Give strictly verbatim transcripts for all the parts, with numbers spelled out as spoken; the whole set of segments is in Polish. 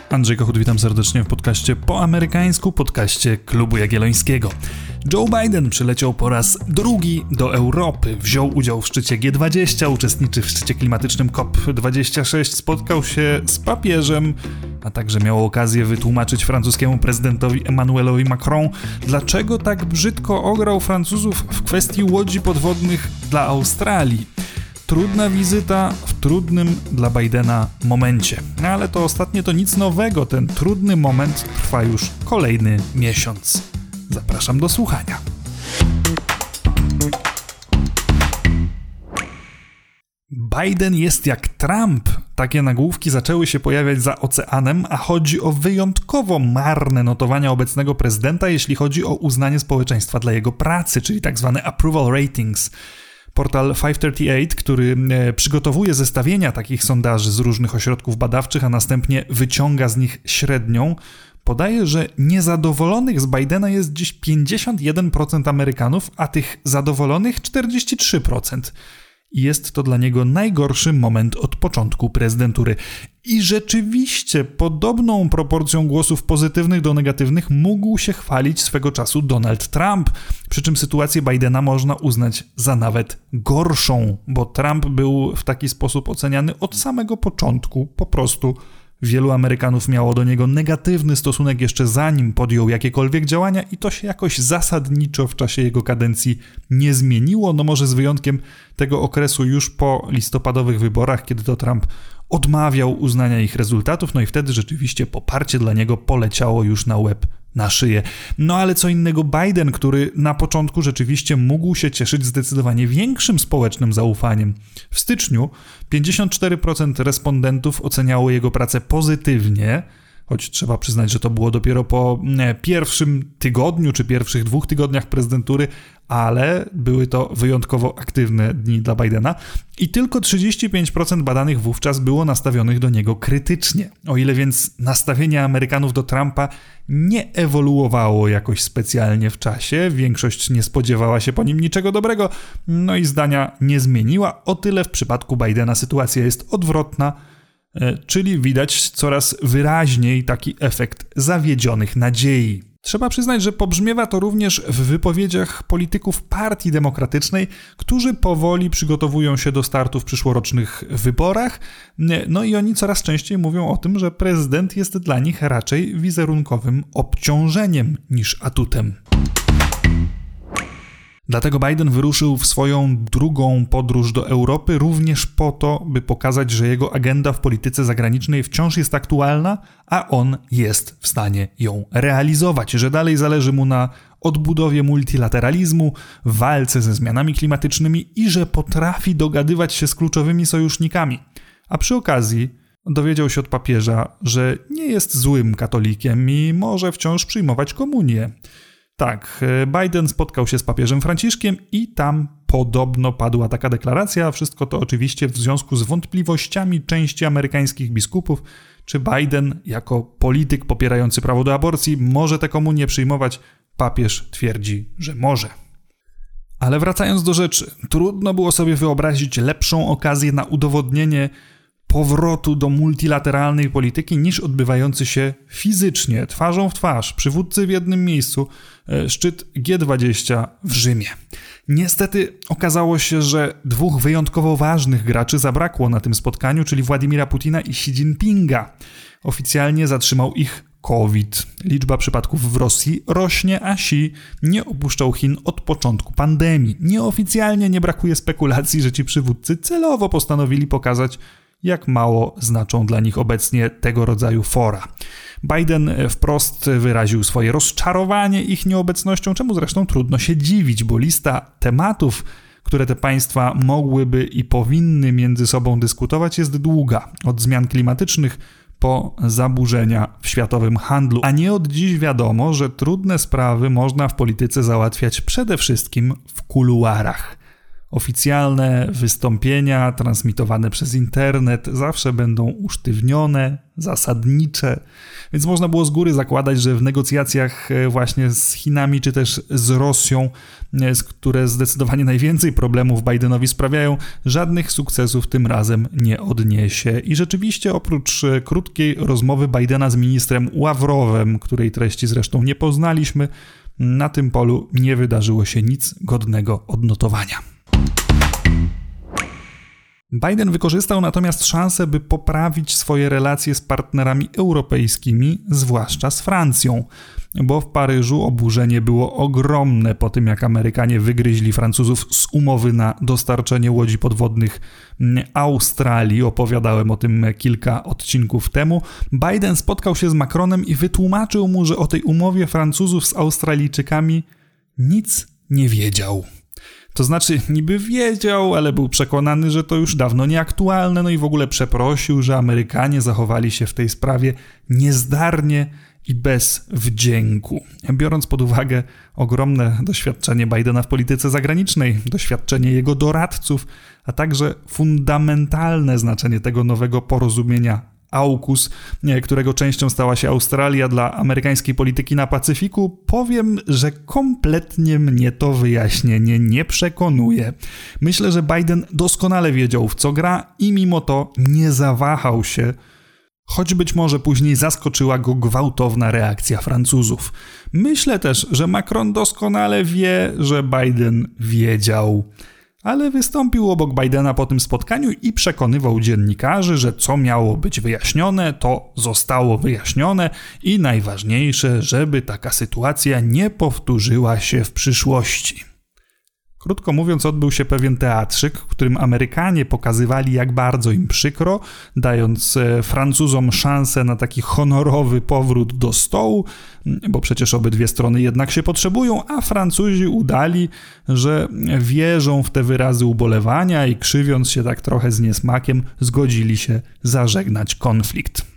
Andrzej Kochut, witam serdecznie w podcaście po amerykańsku, podcaście Klubu Jagiellońskiego. Joe Biden przyleciał po raz drugi do Europy, wziął udział w szczycie G dwadzieścia, uczestniczy w szczycie klimatycznym C O P dwadzieścia sześć, spotkał się z papieżem, a także miał okazję wytłumaczyć francuskiemu prezydentowi Emmanuelowi Macron, dlaczego tak brzydko ograł Francuzów w kwestii łodzi podwodnych dla Australii. Trudna wizyta w trudnym dla Bidena momencie. No ale to ostatnie to nic nowego, ten trudny moment trwa już kolejny miesiąc. Zapraszam do słuchania. Biden jest jak Trump. Takie nagłówki zaczęły się pojawiać za oceanem, a chodzi o wyjątkowo marne notowania obecnego prezydenta, jeśli chodzi o uznanie społeczeństwa dla jego pracy, czyli tak zwane approval ratings. Portal pięćset trzydzieści osiem, który przygotowuje zestawienia takich sondaży z różnych ośrodków badawczych, a następnie wyciąga z nich średnią, podaje, że niezadowolonych z Bidena jest dziś pięćdziesiąt jeden procent Amerykanów, a tych zadowolonych czterdzieści trzy procent. I jest to dla niego najgorszy moment od początku prezydentury. I rzeczywiście podobną proporcją głosów pozytywnych do negatywnych mógł się chwalić swego czasu Donald Trump. Przy czym sytuację Bidena można uznać za nawet gorszą, bo Trump był w taki sposób oceniany od samego początku. Po prostu wielu Amerykanów miało do niego negatywny stosunek jeszcze zanim podjął jakiekolwiek działania i to się jakoś zasadniczo w czasie jego kadencji nie zmieniło, no może z wyjątkiem tego okresu już po listopadowych wyborach, kiedy to Trump odmawiał uznania ich rezultatów, no i wtedy rzeczywiście poparcie dla niego poleciało już na łeb, na szyję. No ale co innego Biden, który na początku rzeczywiście mógł się cieszyć zdecydowanie większym społecznym zaufaniem. W styczniu pięćdziesiąt cztery procent respondentów oceniało jego pracę pozytywnie, choć trzeba przyznać, że to było dopiero po pierwszym tygodniu czy pierwszych dwóch tygodniach prezydentury, ale były to wyjątkowo aktywne dni dla Bidena i tylko trzydzieści pięć procent badanych wówczas było nastawionych do niego krytycznie. O ile więc nastawienie Amerykanów do Trumpa nie ewoluowało jakoś specjalnie w czasie, większość nie spodziewała się po nim niczego dobrego, no i zdania nie zmieniła, o tyle w przypadku Bidena sytuacja jest odwrotna, czyli widać coraz wyraźniej taki efekt zawiedzionych nadziei. Trzeba przyznać, że pobrzmiewa to również w wypowiedziach polityków Partii Demokratycznej, którzy powoli przygotowują się do startu w przyszłorocznych wyborach, no i oni coraz częściej mówią o tym, że prezydent jest dla nich raczej wizerunkowym obciążeniem niż atutem. Dlatego Biden wyruszył w swoją drugą podróż do Europy również po to, by pokazać, że jego agenda w polityce zagranicznej wciąż jest aktualna, a on jest w stanie ją realizować, że dalej zależy mu na odbudowie multilateralizmu, walce ze zmianami klimatycznymi i że potrafi dogadywać się z kluczowymi sojusznikami. A przy okazji dowiedział się od papieża, że nie jest złym katolikiem i może wciąż przyjmować komunię. Tak, Biden spotkał się z papieżem Franciszkiem i tam podobno padła taka deklaracja. Wszystko to oczywiście w związku z wątpliwościami części amerykańskich biskupów, czy Biden jako polityk popierający prawo do aborcji może tę komunię przyjmować. Papież twierdzi, że może. Ale wracając do rzeczy, trudno było sobie wyobrazić lepszą okazję na udowodnienie powrotu do multilateralnej polityki niż odbywający się fizycznie, twarzą w twarz, przywódcy w jednym miejscu, szczyt G dwadzieścia w Rzymie. Niestety okazało się, że dwóch wyjątkowo ważnych graczy zabrakło na tym spotkaniu, czyli Władimira Putina i Xi Jinpinga. Oficjalnie zatrzymał ich COVID. Liczba przypadków w Rosji rośnie, a Xi nie opuszczał Chin od początku pandemii. Nieoficjalnie nie brakuje spekulacji, że ci przywódcy celowo postanowili pokazać, jak mało znaczą dla nich obecnie tego rodzaju fora. Biden wprost wyraził swoje rozczarowanie ich nieobecnością, czemu zresztą trudno się dziwić, bo lista tematów, które te państwa mogłyby i powinny między sobą dyskutować, jest długa. Od zmian klimatycznych po zaburzenia w światowym handlu. A nie od dziś wiadomo, że trudne sprawy można w polityce załatwiać przede wszystkim w kuluarach. Oficjalne wystąpienia transmitowane przez internet zawsze będą usztywnione, zasadnicze, więc można było z góry zakładać, że w negocjacjach właśnie z Chinami czy też z Rosją, które zdecydowanie najwięcej problemów Bidenowi sprawiają, żadnych sukcesów tym razem nie odniesie. I rzeczywiście oprócz krótkiej rozmowy Bidena z ministrem Ławrowem, której treści zresztą nie poznaliśmy, na tym polu nie wydarzyło się nic godnego odnotowania. Biden wykorzystał natomiast szansę, by poprawić swoje relacje z partnerami europejskimi, zwłaszcza z Francją, bo w Paryżu oburzenie było ogromne po tym, jak Amerykanie wygryźli Francuzów z umowy na dostarczenie łodzi podwodnych Australii. Opowiadałem o tym kilka odcinków temu. Biden spotkał się z Macronem i wytłumaczył mu, że o tej umowie Francuzów z Australijczykami nic nie wiedział. To znaczy niby wiedział, ale był przekonany, że to już dawno nieaktualne, no i w ogóle przeprosił, że Amerykanie zachowali się w tej sprawie niezdarnie i bez wdzięku. Biorąc pod uwagę ogromne doświadczenie Bidena w polityce zagranicznej, doświadczenie jego doradców, a także fundamentalne znaczenie tego nowego porozumienia AUKUS, którego częścią stała się Australia dla amerykańskiej polityki na Pacyfiku, powiem, że kompletnie mnie to wyjaśnienie nie przekonuje. Myślę, że Biden doskonale wiedział, w co gra i mimo to nie zawahał się, choć być może później zaskoczyła go gwałtowna reakcja Francuzów. Myślę też, że Macron doskonale wie, że Biden wiedział. Ale wystąpił obok Bidena po tym spotkaniu i przekonywał dziennikarzy, że co miało być wyjaśnione, to zostało wyjaśnione i najważniejsze, żeby taka sytuacja nie powtórzyła się w przyszłości. Krótko mówiąc, odbył się pewien teatrzyk, w którym Amerykanie pokazywali, jak bardzo im przykro, dając Francuzom szansę na taki honorowy powrót do stołu, bo przecież obydwie strony jednak się potrzebują, a Francuzi udali, że wierzą w te wyrazy ubolewania i krzywiąc się tak trochę z niesmakiem, zgodzili się zażegnać konflikt.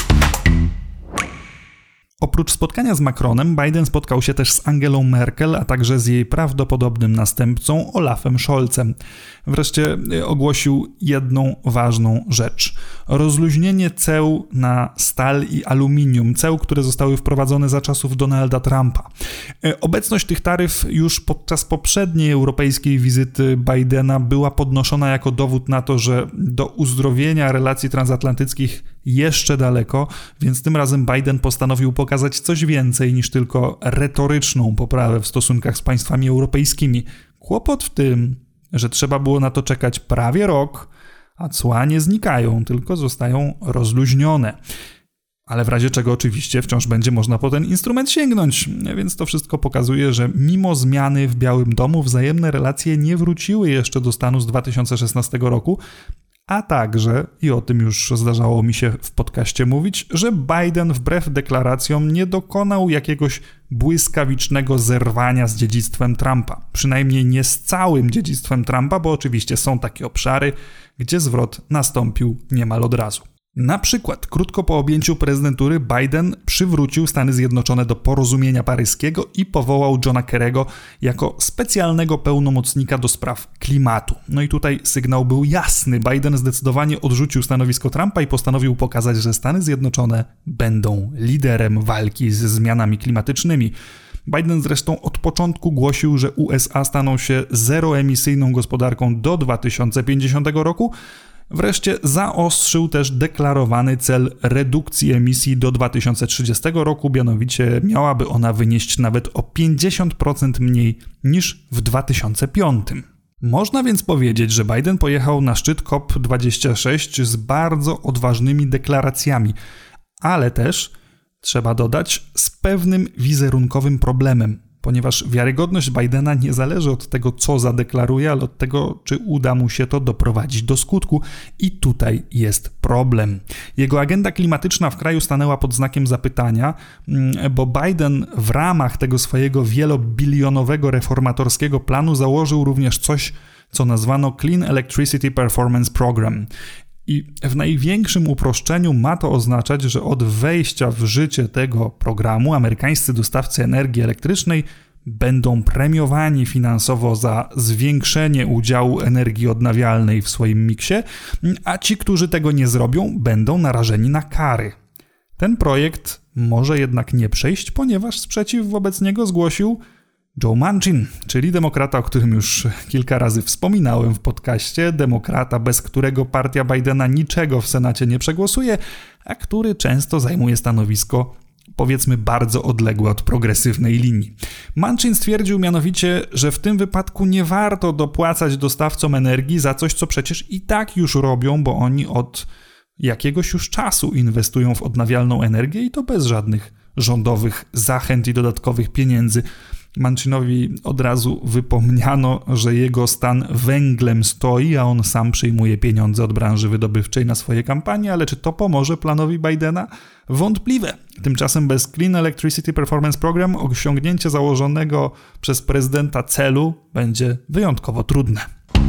Oprócz spotkania z Macronem, Biden spotkał się też z Angelą Merkel, a także z jej prawdopodobnym następcą Olafem Scholzem. Wreszcie ogłosił jedną ważną rzecz. Rozluźnienie ceł na stal i aluminium, ceł, które zostały wprowadzone za czasów Donalda Trumpa. Obecność tych taryf już podczas poprzedniej europejskiej wizyty Bidena była podnoszona jako dowód na to, że do uzdrowienia relacji transatlantyckich jeszcze daleko, więc tym razem Biden postanowił pokazać coś więcej niż tylko retoryczną poprawę w stosunkach z państwami europejskimi. Kłopot w tym, że trzeba było na to czekać prawie rok, a cła nie znikają, tylko zostają rozluźnione. Ale w razie czego oczywiście wciąż będzie można po ten instrument sięgnąć, więc to wszystko pokazuje, że mimo zmiany w Białym Domu wzajemne relacje nie wróciły jeszcze do stanu z dwa tysiące szesnastego roku, a także, i o tym już zdarzało mi się w podcaście mówić, że Biden wbrew deklaracjom nie dokonał jakiegoś błyskawicznego zerwania z dziedzictwem Trumpa. Przynajmniej nie z całym dziedzictwem Trumpa, bo oczywiście są takie obszary, gdzie zwrot nastąpił niemal od razu. Na przykład, krótko po objęciu prezydentury Biden przywrócił Stany Zjednoczone do porozumienia paryskiego i powołał Johna Kerry'ego jako specjalnego pełnomocnika do spraw klimatu. No i tutaj sygnał był jasny. Biden zdecydowanie odrzucił stanowisko Trumpa i postanowił pokazać, że Stany Zjednoczone będą liderem walki z zmianami klimatycznymi. Biden zresztą od początku głosił, że U S A staną się zeroemisyjną gospodarką do dwa tysiące pięćdziesiątego roku. Wreszcie zaostrzył też deklarowany cel redukcji emisji do dwa tysiące trzydziestego roku, mianowicie miałaby ona wynieść nawet o pięćdziesiąt procent mniej niż w dwa tysiące piątym. Można więc powiedzieć, że Biden pojechał na szczyt COP dwadzieścia sześć z bardzo odważnymi deklaracjami, ale też, trzeba dodać, z pewnym wizerunkowym problemem. Ponieważ wiarygodność Bidena nie zależy od tego, co zadeklaruje, ale od tego, czy uda mu się to doprowadzić do skutku. I tutaj jest problem. Jego agenda klimatyczna w kraju stanęła pod znakiem zapytania, bo Biden w ramach tego swojego wielobilionowego reformatorskiego planu założył również coś, co nazwano Clean Electricity Performance Program. I w największym uproszczeniu ma to oznaczać, że od wejścia w życie tego programu amerykańscy dostawcy energii elektrycznej będą premiowani finansowo za zwiększenie udziału energii odnawialnej w swoim miksie, a ci, którzy tego nie zrobią, będą narażeni na kary. Ten projekt może jednak nie przejść, ponieważ sprzeciw wobec niego zgłosił Joe Manchin, czyli demokrata, o którym już kilka razy wspominałem w podcaście, demokrata, bez którego partia Bidena niczego w Senacie nie przegłosuje, a który często zajmuje stanowisko, powiedzmy, bardzo odległe od progresywnej linii. Manchin stwierdził mianowicie, że w tym wypadku nie warto dopłacać dostawcom energii za coś, co przecież i tak już robią, bo oni od jakiegoś już czasu inwestują w odnawialną energię i to bez żadnych rządowych zachęt i dodatkowych pieniędzy. Manchinowi od razu wypomniano, że jego stan węglem stoi, a on sam przyjmuje pieniądze od branży wydobywczej na swoje kampanie, ale czy to pomoże planowi Bidena? Wątpliwe. Tymczasem bez Clean Electricity Performance Program osiągnięcie założonego przez prezydenta celu będzie wyjątkowo trudne.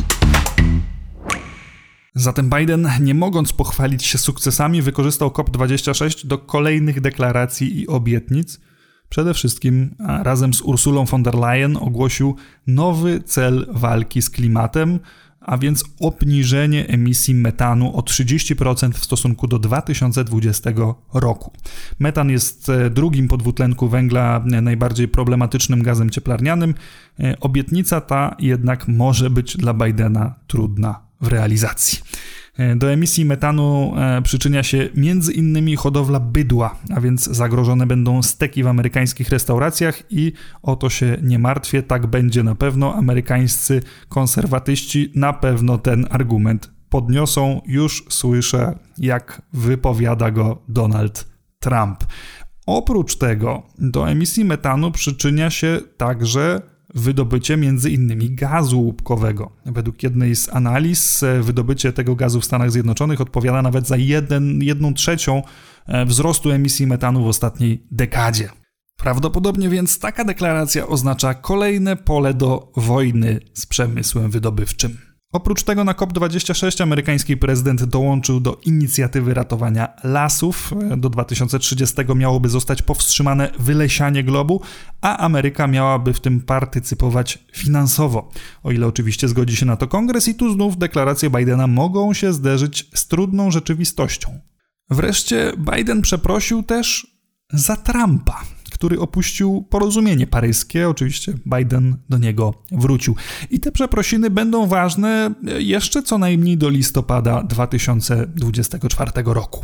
Zatem Biden, nie mogąc pochwalić się sukcesami, wykorzystał COP dwadzieścia sześć do kolejnych deklaracji i obietnic. Przede wszystkim razem z Ursulą von der Leyen ogłosił nowy cel walki z klimatem, a więc obniżenie emisji metanu o trzydzieści procent w stosunku do dwa tysiące dwudziestego roku. Metan jest drugim po dwutlenku węgla najbardziej problematycznym gazem cieplarnianym. Obietnica ta jednak może być dla Bidena trudna w realizacji. Do emisji metanu przyczynia się między innymi hodowla bydła, a więc zagrożone będą steki w amerykańskich restauracjach i o to się nie martwię, tak będzie na pewno. Amerykańscy konserwatyści na pewno ten argument podniosą. Już słyszę, jak wypowiada go Donald Trump. Oprócz tego do emisji metanu przyczynia się także wydobycie między innymi gazu łupkowego. Według jednej z analiz wydobycie tego gazu w Stanach Zjednoczonych odpowiada nawet za jeden, jedną trzecią wzrostu emisji metanu w ostatniej dekadzie. Prawdopodobnie więc taka deklaracja oznacza kolejne pole do wojny z przemysłem wydobywczym. Oprócz tego na COP dwadzieścia sześć amerykański prezydent dołączył do inicjatywy ratowania lasów. Do dwa tysiące trzydziestego miałoby zostać powstrzymane wylesianie globu, a Ameryka miałaby w tym partycypować finansowo. O ile oczywiście zgodzi się na to Kongres i tu znów deklaracje Bidena mogą się zderzyć z trudną rzeczywistością. Wreszcie Biden przeprosił też za Trumpa, który opuścił porozumienie paryskie. Oczywiście Biden do niego wrócił. I te przeprosiny będą ważne jeszcze co najmniej do listopada dwa tysiące dwudziestego czwartego roku.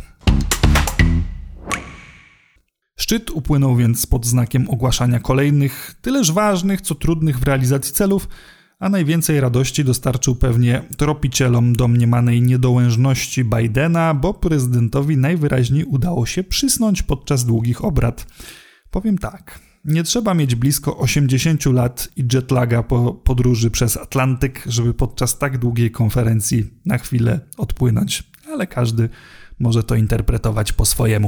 Szczyt upłynął więc pod znakiem ogłaszania kolejnych, tyleż ważnych, co trudnych w realizacji celów, a najwięcej radości dostarczył pewnie tropicielom domniemanej niedołężności Bidena, bo prezydentowi najwyraźniej udało się przysnąć podczas długich obrad. Powiem tak, nie trzeba mieć blisko osiemdziesięciu lat i jetlaga po podróży przez Atlantyk, żeby podczas tak długiej konferencji na chwilę odpłynąć, ale każdy może to interpretować po swojemu.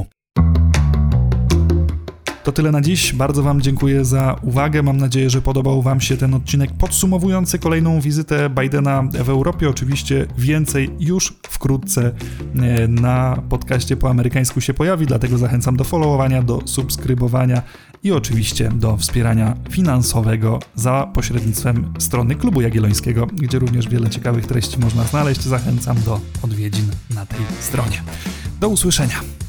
To tyle na dziś. Bardzo Wam dziękuję za uwagę. Mam nadzieję, że podobał Wam się ten odcinek podsumowujący kolejną wizytę Bidena w Europie. Oczywiście więcej już wkrótce na podcaście Po amerykańsku się pojawi, dlatego zachęcam do followowania, do subskrybowania i oczywiście do wspierania finansowego za pośrednictwem strony Klubu Jagiellońskiego, gdzie również wiele ciekawych treści można znaleźć. Zachęcam do odwiedzin na tej stronie. Do usłyszenia.